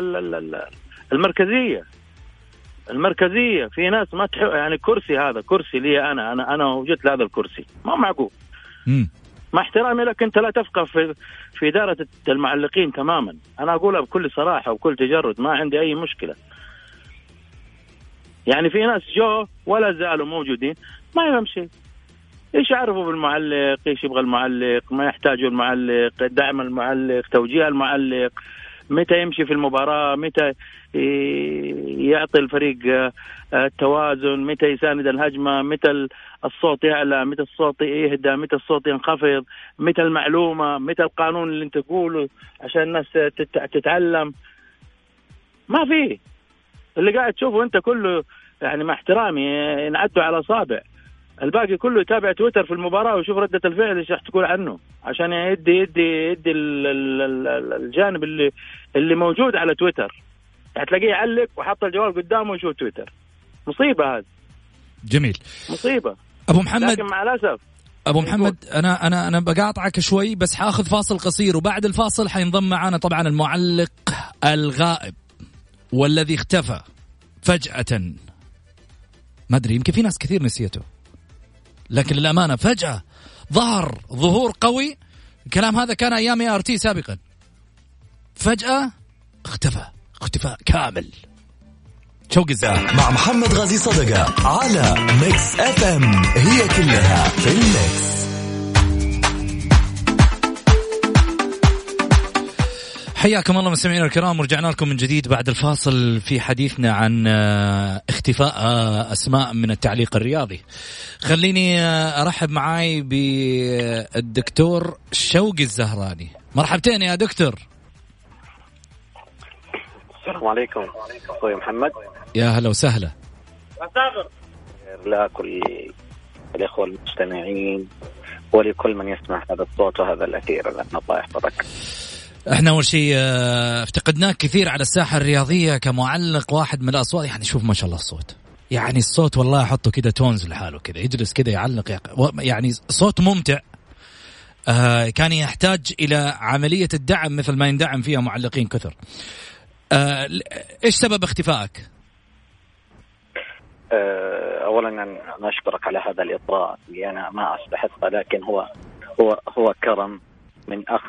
المركزية. في ناس ما يعني كرسي، هذا كرسي لي أنا وجدت لهذا الكرسي، ما معقول. مع احترامي لك أنت لا تفقه في إدارة المعلقين تماما. أنا أقولها بكل صراحة وكل تجرد، ما عندي أي مشكلة. يعني في ناس جو ولا زالوا موجودين ما يفهم شيء. إيش يعرفوا بالمعلق، إيش يبغى المعلق، ما يحتاجوا المعلق، دعم المعلق، توجيه المعلق، متى يمشي في المباراة، متى يعطي الفريق التوازن، متى يساند الهجمة، متى الصوت يعلى، متى الصوت يهدى، متى الصوت ينخفض، متى المعلومة، متى القانون اللي انت تقوله عشان الناس تتعلم. ما فيه. اللي قاعد تشوفه انت كله يعني مع احترامي ينعدوا على صابع. الباقي كله يتابع تويتر في المباراة ويشوف ردة الفعل ايش راح تقول عنه، عشان يدي الجانب اللي موجود على تويتر. هتلاقيه يعلق وحط الجوال قدامه ويشوف تويتر. مصيبة هذا.
جميل.
مصيبة.
أبو محمد،
لكن مع الأسف
أبو محمد أنا بقاطعك شوي بس حاخذ فاصل قصير، وبعد الفاصل حينضم معنا طبعا المعلق الغائب والذي اختفى فجأة. ما أدري، يمكن في ناس كثير نسيته، لكن للأمانة فجأة ظهر ظهور قوي. الكلام هذا كان أيام ART سابقا، فجأة اختفاء كامل. شوقي الزهراني
مع محمد غازي صدقة على ميكس اف ام، هي كلها في الميكس.
حياكم الله مستمعينا الكرام، ورجعنا لكم من جديد بعد الفاصل في حديثنا عن اختفاء أسماء من التعليق الرياضي. خليني أرحب معاي بالدكتور شوقي الزهراني. مرحبتين يا دكتور.
السلام عليكم أخوي محمد.
يا هلا وسهلا.
لا كل الإخوة المستمعين ولكل من يسمع هذا الصوت وهذا الأثير، الله يحفظك.
احنا اول شيء افتقدناك كثير على الساحة الرياضية كمعلق، واحد من الأصوات. يعني شوف ما شاء الله الصوت، يعني الصوت والله حطه كده تونز لحاله كده، يجلس كده يعلق، يعني صوت ممتع. كان يحتاج إلى عملية الدعم مثل ما يندعم فيها معلقين كثر. ايش سبب اختفائك؟
اولا انا اشكرك على هذا الاطراء اللي انا ما استحقه، لكن هو كرم من اخ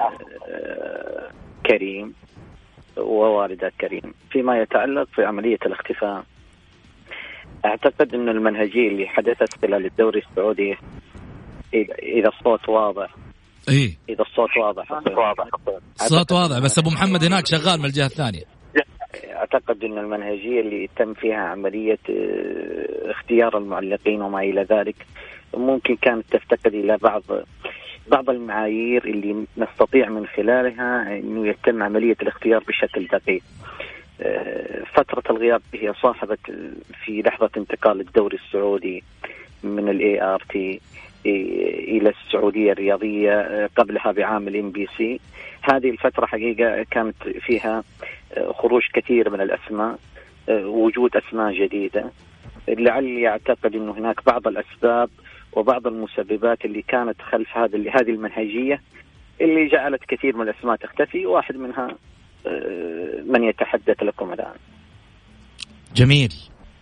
كريم ووالدة كريم. فيما يتعلق في عملية الاختفاء، اعتقد ان المنهجية اللي حدثت خلال الدوري السعودي، اذا الصوت واضح، إذا الصوت واضح
الصوت واضح، بس أبو محمد هناك شغال من الجهة الثانية.
أعتقد أن المنهجية اللي تم فيها عملية اختيار المعلقين وما إلى ذلك ممكن كانت تفتقد إلى بعض المعايير اللي نستطيع من خلالها أنه يتم عملية الاختيار بشكل دقيق. فترة الغياب هي صاحبت في لحظة انتقال الدوري السعودي من ART إلى السعودية الرياضية قبلها بعام MBC. هذه الفترة حقيقة كانت فيها خروج كثير من الأسماء، وجود أسماء جديدة. لعلي أعتقد أنه هناك بعض الأسباب وبعض المسببات اللي كانت خلف هذه المنهجية اللي جعلت كثير من الأسماء تختفي، واحد منها من يتحدث لكم الآن.
جميل.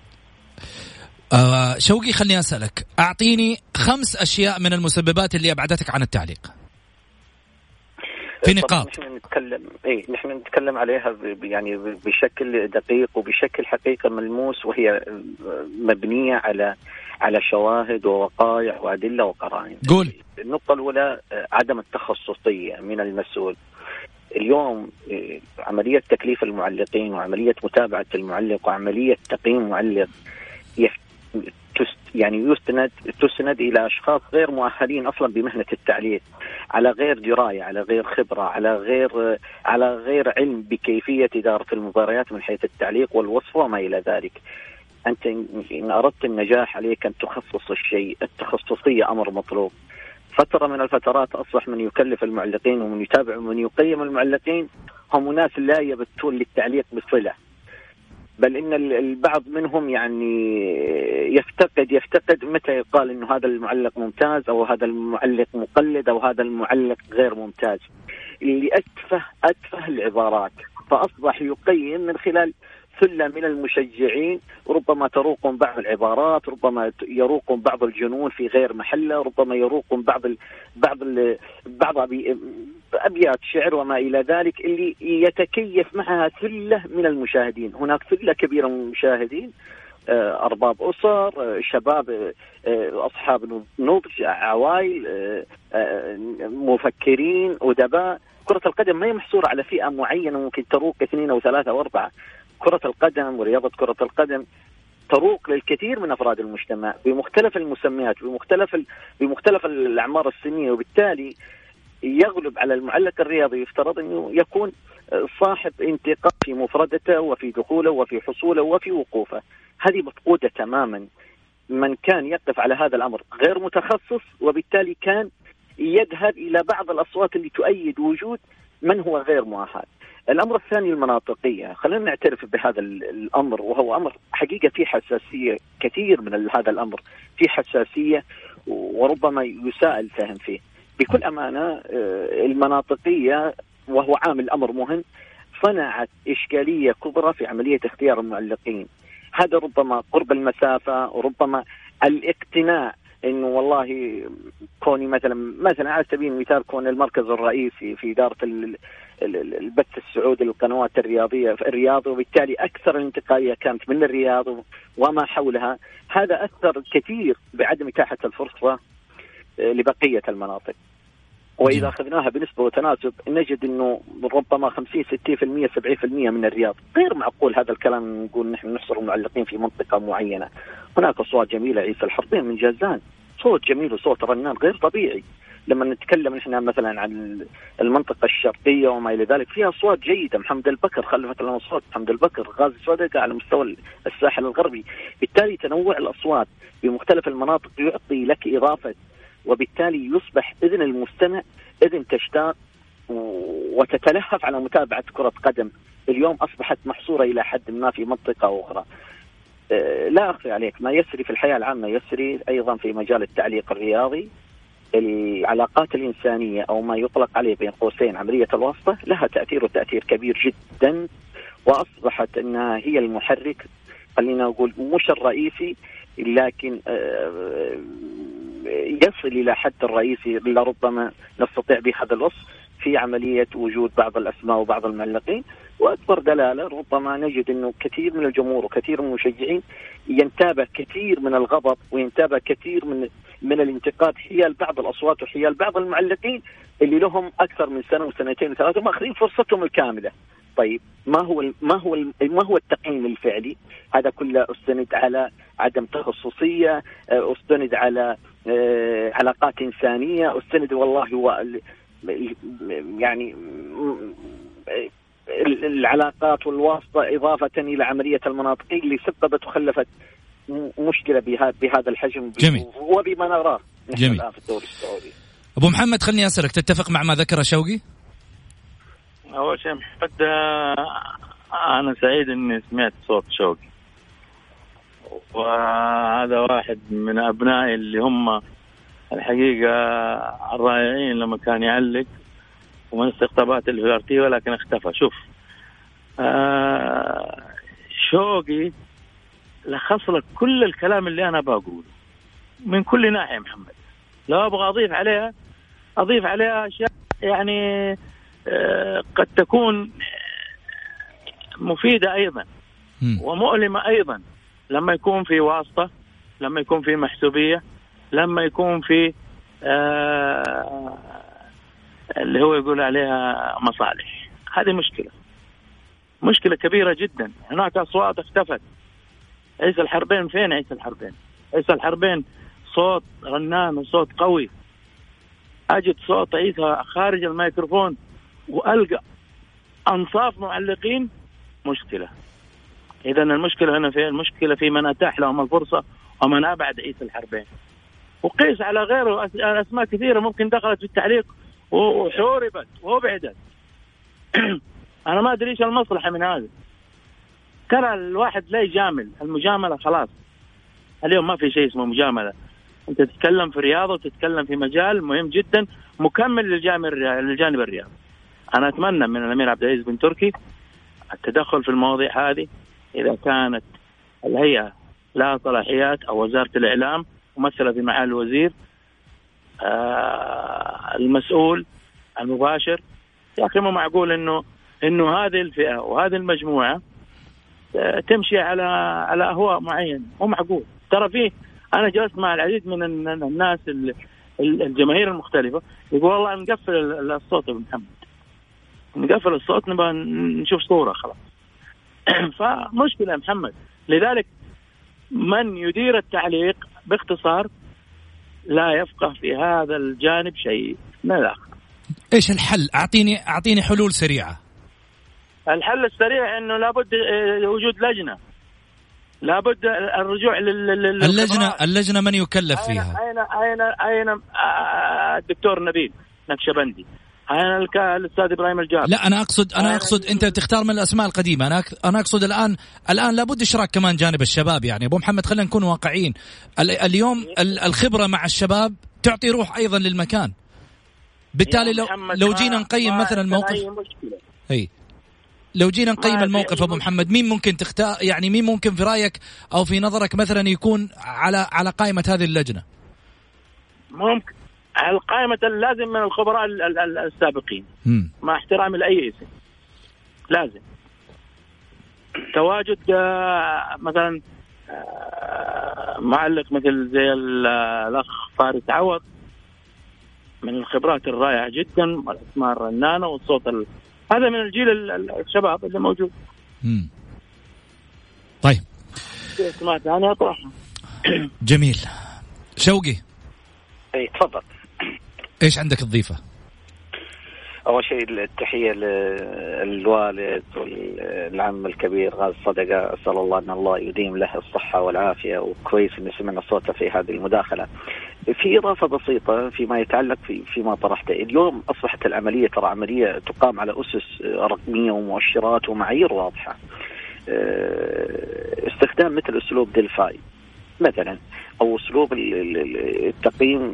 شوقي، خلني أسألك، أعطيني 5 أشياء من المسببات اللي أبعدتك عن التعليق في نقاط.
نحن نتكلم عليها يعني بشكل دقيق وبشكل حقيقة ملموس، وهي مبنية على شواهد ووقائع وأدلة وقرائن.
قول.
النقطة الأولى عدم التخصصية من المسؤول. اليوم عملية تكليف المعلقين وعملية متابعة المعلق وعملية تقييم المعلق يعني تسند إلى أشخاص غير مؤهلين أصلا بمهنة التعليق، على غير دراية، على غير خبرة، على غير علم بكيفية إدارة المباريات من حيث التعليق والوصف وما إلى ذلك. أنت إن أردت النجاح عليك أن تخصص الشيء. التخصصية أمر مطلوب. فترة من الفترات أصبح من يكلف المعلقين ومن يتابع ومن يقيم المعلقين هم ناس لا يبتون للتعليق بصلة، بل إن البعض منهم يعني يفتقد متى يقال إنه هذا المعلق ممتاز أو هذا المعلق مقلد أو هذا المعلق غير ممتاز، اللي أتفه العبارات. فأصبح يقيم من خلال ثلة من المشجعين، ربما تروقهم بعض العبارات، ربما يروقهم بعض الجنون في غير محله، ربما يروقهم بعض أبيات شعر وما إلى ذلك، اللي يتكيف معها ثلة من المشاهدين. هناك ثلة كبيرة من المشاهدين، أرباب أسر، شباب، أصحاب نضج، عوائل، مفكرين، أدباء. كرة القدم ما هي محصورة على فئة معينة ممكن تروق 2 أو 3 أو 4. كرة القدم ورياضة كرة القدم تروق للكثير من أفراد المجتمع بمختلف المسميات، بمختلف الأعمار السنية، وبالتالي يغلب على المعلق الرياضي يفترض أنه يكون صاحب انتقاء في مفردته وفي دخوله وفي حصوله وفي وقوفه. هذه مفقودة تماما. من كان يقف على هذا الأمر غير متخصص، وبالتالي كان يذهب إلى بعض الأصوات اللي تؤيد وجود من هو غير مؤهل. الأمر الثاني المناطقية. خلينا نعترف بهذا الأمر، وهو أمر حقيقة فيه حساسية كثير من هذا الأمر، فيه حساسية وربما يساء الفهم فيه بكل أمانة. المناطقية وهو عامل أمر مهم، صنعت إشكالية كبرى في عملية اختيار المعلقين. هذا ربما قرب المسافة، وربما الاقتناع إنه والله كوني مثلا على سبيل المثال كون المركز الرئيسي في إدارة البث السعودي للقنوات الرياضية في الرياض، وبالتالي أكثر الانتقائية كانت من الرياض وما حولها. هذا أثر كثير بعدم إتاحة الفرصة لبقية المناطق. وإذا أخذناها بنسبة وتناسب نجد أنه ربما 50 60% 70% من الرياض. غير معقول هذا الكلام نقول نحن نحصر المعلقين في منطقة معينة. هناك أصوات جميلة، عيسى الحربين من جازان صوت جميل وصوت رنان غير طبيعي. لما نتكلم نحن مثلا عن المنطقة الشرقية وما إلى ذلك فيها أصوات جيدة. محمد البكر خلفت لنا صوت محمد البكر، غازي صدقة على مستوى الساحل الغربي. بالتالي تنوع الأصوات بمختلف المناطق يعطي لك إضافة، وبالتالي يصبح إذن المستمع إذن تشتاق وتتلهف على متابعة كرة قدم. اليوم أصبحت محصورة إلى حد ما في منطقة أخرى. لا أخفي عليك، ما يسري في الحياة العامة يسري أيضا في مجال التعليق الرياضي. العلاقات الإنسانية أو ما يطلق عليه بين قوسين عملية الواسطة لها تأثير، وتأثير كبير جدا، وأصبحت أنها هي المحرك، خلينا نقول مش الرئيسي لكن يصل إلى حد الرئيسي لربما نستطيع بهذا الوصف في عملية وجود بعض الأسماء وبعض المعلقين. وأكبر دلالة ربما نجد أنه كثير من الجمهور وكثير من المشجعين ينتابه كثير من الغضب وينتابه كثير من الانتقاد حيال بعض الأصوات وحيال بعض المعلقين اللي لهم أكثر من سنة وسنتين وثلاثة وماخذين فرصتهم الكاملة. طيب ما هو التقييم الفعلي؟ هذا كله استند على عدم تخصصية، استند على علاقات إنسانية، استند والله هو يعني العلاقات والواسطة إضافة إلى عملية المناطقية اللي سببت وخلفت مشكلة بهذا الحجم.
جميل.
وبما نراه نحن الآن في الدوري السعودي.
أبو محمد خلني أسألك، تتفق مع ما ذكر شوقي؟
أول شيء محمد، أنا سعيد إني سمعت صوت شوقي، وهذا واحد من أبنائي اللي هم الحقيقة الرائعين لما كان يعلق ومن استقطابات الفيرتي، ولكن اختفى. شوف شوقي لخص لك كل الكلام اللي أنا بقوله من كل ناحية. محمد لو أبغى أضيف عليها أشياء يعني قد تكون مفيدة أيضا ومؤلمة أيضا، لما يكون في واسطة، لما يكون في محسوبية، لما يكون في اللي هو يقول عليها مصالح. هذه مشكلة كبيرة جدا. هناك أصوات اختفت. عيسى الحربين فين؟ عيسى الحربين عيسى الحربين صوت رنان وصوت قوي، أجد صوت عيسى خارج الميكروفون وألقى أنصاف معلقين، مشكلة. إذا المشكلة هنا في المشكلة في من أتاح لهم الفرصة ومن أبعد عيسى الحربين. وقيس على غيره أسماء كثيرة ممكن دخلت في التعليق وحوربت وابعدت. أنا ما أدري إيش المصلحة من هذا. ترى الواحد لا يجامل، المجاملة خلاص اليوم ما في شيء اسمه مجاملة. أنت تتكلم في رياضة وتتكلم في مجال مهم جدا مكمل للجانب الرياضي. أنا أتمنى من الأمير عبد العزيز بن تركي التدخل في المواضيع هذه. إذا كانت الهيئة لها صلاحيات أو وزارة الإعلام ممثلة في معالي الوزير المسؤول المباشر، يا أخي مو معقول إنه هذه الفئة وهذه المجموعة تمشي على أهواء معين. مو معقول. ترى أنا جلست مع العديد من الناس الجماهير المختلفة يقول والله نقفل الصوت يا ابن محمد، نقفل الصوت نبغى نشوف صورة خلاص. فمشكلة يا محمد. لذلك من يدير التعليق باختصار لا يفقه في هذا الجانب شيء من الآخر.
إيش الحل؟ أعطيني حلول سريعة.
الحل السريع إنه لابد وجود لجنة، لابد الرجوع
اللجنة من يكلف فيها؟
أين الدكتور نبيل نقشبندي؟ الأستاذ إبراهيم الجاب.
لا أنا أقصد أنت تختار من الأسماء القديمة. أنا أقصد الآن لابد إشراك كمان جانب الشباب. يعني أبو محمد خلينا نكون واقعيين. اليوم الخبرة مع الشباب تعطي روح أيضا للمكان. بالتالي لو جينا نقيم مثلا الموقف، لو جينا نقيم الموقف أبو محمد، مين ممكن تختار؟ يعني مين ممكن في رأيك أو في نظرك مثلا يكون على قائمة هذه اللجنة؟
ممكن على قائمة لازم من الخبراء السابقين مع احترامي لأي اسم. لازم تواجد مثلا معلق مثل زي الأخ فارس عوض من الخبرات الرائعة جدا والأسماء الرنانة والصوت هذا من الجيل الشباب اللي موجود.
طيب
سمعت أنا أطرح.
جميل. شوقي
اي تفضل.
ايش عندك تضيفه؟
اول شيء التحيه للوالد والعم الكبير غاز صدقه، اسال الله ان الله يديم له الصحه والعافيه، وكويس ان سمعنا صوته في هذه المداخله. في اضافه بسيطه فيما يتعلق فيما طرحته. اليوم اصبحت العمليه ترى عمليه تقام على اسس رقميه ومؤشرات ومعايير واضحه. استخدام مثل اسلوب دلفاي مثلا او اسلوب التقييم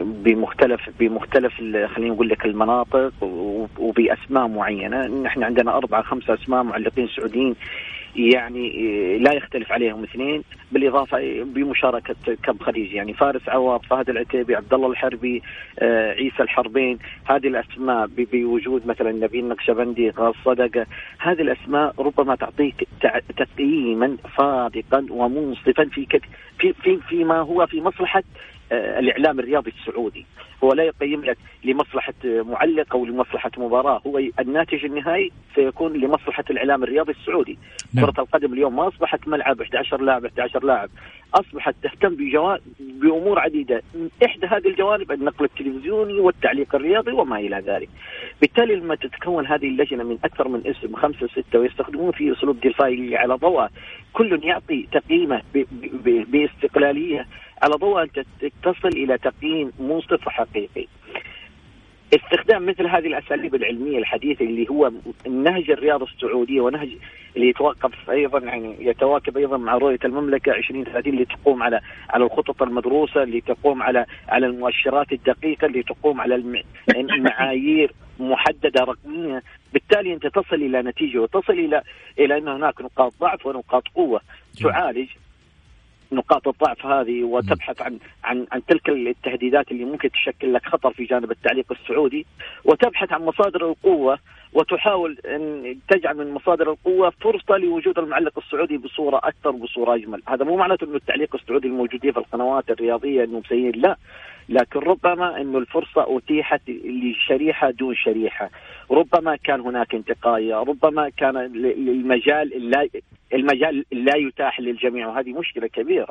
بمختلف خلينا نقول لك المناطق وباسماء معينه. نحن عندنا 4-5 اسماء معلقين سعوديين يعني لا يختلف عليهم اثنين، بالاضافه بمشاركه كب خليج يعني فارس عوض، فهد العتيبي، عبد الله الحربي، عيسى الحربين. هذه الاسماء بوجود مثلا نبيل نقشبندي، غاز صدقه، هذه الاسماء ربما تعطيك تقييما صادقا ومنصفا فيما هو في مصلحه الإعلام الرياضي السعودي. هو لا يقيم لك لمصلحة معلق أو لمصلحة مباراة، هو الناتج النهائي سيكون لمصلحة الإعلام الرياضي السعودي. كرة القدم اليوم ما أصبحت ملعب 11 لاعب، أصبحت تهتم بأمور عديدة. إحدى هذه الجوانب النقل التلفزيوني والتعليق الرياضي وما إلى ذلك. بالتالي لما تتكون هذه اللجنة من أكثر من اسم 5-6 ويستخدمون فيه أسلوب ديفاي على ضوء كل يعطي تقييمه باستقلالية، على ضوء أن تصل إلى تقييم منصف وحقيقي. استخدام مثل هذه الأساليب العلمية الحديثة اللي هو نهج الرياضة السعودية ونهج اللي يتواكب أيضا مع رؤية المملكة 2030 اللي تقوم على الخطط المدروسة، اللي تقوم على المؤشرات الدقيقة، اللي تقوم على المعايير محددة رقمية. بالتالي أنت تصل إلى نتيجة وتصل إلى أن هناك نقاط ضعف ونقاط قوة، تعالج نقاط الضعف هذه وتبحث عن تلك التهديدات اللي ممكن تشكل لك خطر في جانب التعليق السعودي، وتبحث عن مصادر القوة وتحاول أن تجعل من مصادر القوة فرصة لوجود المعلق السعودي بصورة أكثر وبصورة أجمل. هذا مو معناته أنه التعليق السعودي الموجودين في القنوات الرياضية أنه سيء، لا، لكن ربما أنه الفرصة أتيحت لشريحة دون شريحة، ربما كان هناك انتقاية، ربما كان المجال لا يتاح للجميع، وهذه مشكلة كبيرة.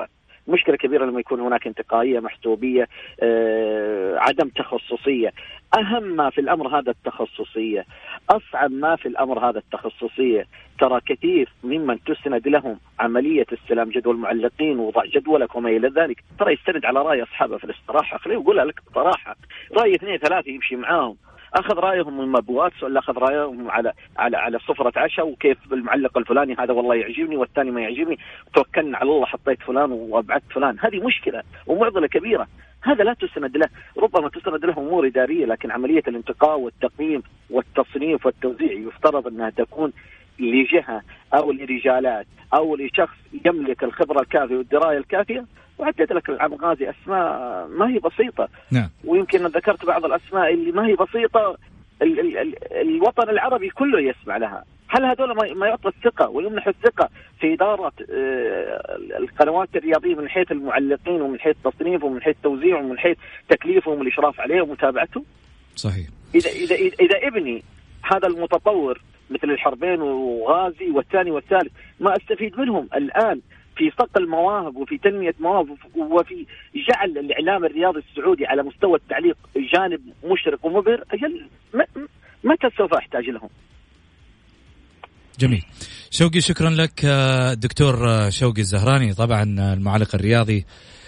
مشكلة كبيرة لما يكون هناك انتقائية، محسوبية، عدم تخصصية. أهم ما في الأمر هذا التخصصية، أصعب ما في الأمر هذا التخصصية. ترى كثير ممن تسند لهم عملية استلام جدول المعلقين ووضع جدولك وما إلى ذلك، ترى يستند على رأي أصحابه في الاستراحة. خليني أقولها لك بصراحة، رأي 2 3 يمشي معاهم، أخذ رأيهم من مبوات ولا أخذ رأيهم على صفرة عشاء، وكيف المعلق الفلاني هذا والله يعجبني والثاني ما يعجبني، توكلنا على الله حطيت فلان وأبعدت فلان. هذه مشكلة ومعضلة كبيرة، هذا لا تسند له. ربما تسند له أمور إدارية، لكن عملية الانتقاء والتقييم والتصنيف والتوزيع يفترض أنها تكون لجهة أو لرجالات أو لشخص يملك الخبرة الكافية والدراية الكافية. وعدد لك العم غازي أسماء ما هي بسيطة.
نعم.
ويمكن ذكرت بعض الأسماء اللي ما هي بسيطة، الوطن العربي كله يسمع لها. هل هذول ما يعطى الثقة ويمنح الثقة في إدارة القنوات الرياضية من حيث المعلقين ومن حيث تصنيفهم ومن حيث توزيعهم ومن حيث تكليفهم والإشراف عليهم ومتابعتهم؟
صحيح.
إذا ابني هذا المتطور مثل الحربين وغازي والثاني والثالث ما استفيد منهم الآن في صقل المواهب وفي تنمية مواهب وفي جعل الإعلام الرياضي السعودي على مستوى التعليق جانب مشرق ومبهر، أجل متى سوف أحتاج لهم؟
جميل. شوقي شكرا لك دكتور شوقي الزهراني، طبعا المعلق الرياضي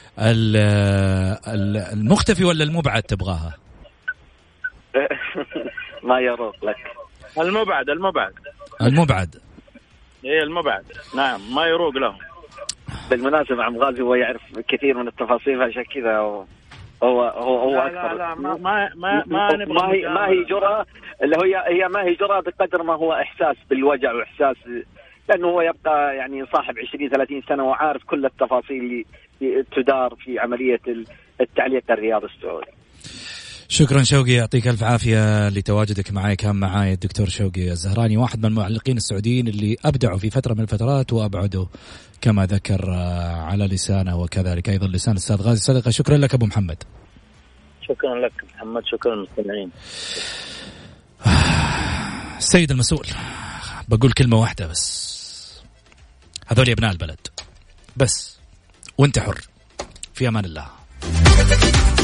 المختفي ولا المبعد تبغاها؟
ما يروق لك.
المبعد ايه المبعد، نعم ما يروق له.
بالمناسبة عم غازي هو يعرف كثير من التفاصيل، عشان كذا هو أكثر.
لا ما
هي جرأة، اللي هي ما هي جرأة بقدر ما هو إحساس بالوجع وإحساس، لأنه هو يبقى يعني صاحب 20-30 سنة وعارف كل التفاصيل اللي تدار في عملية التعليق الرياضي السعودي.
شكرا شوقي، يعطيك ألف عافية لتواجدك معي. كان معاي الدكتور شوقي الزهراني، واحد من المعلقين السعوديين اللي أبدعوا في فترة من الفترات وأبعدوا كما ذكر على لسانه، وكذلك أيضا لسان الأستاذ غازي صدقة. شكرا لك أبو محمد.
شكرا لك محمد، شكرا للمستمعين.
السيد المسؤول، بقول كلمة واحدة بس، هذول أبناء البلد بس، وانت حر. في أمان الله.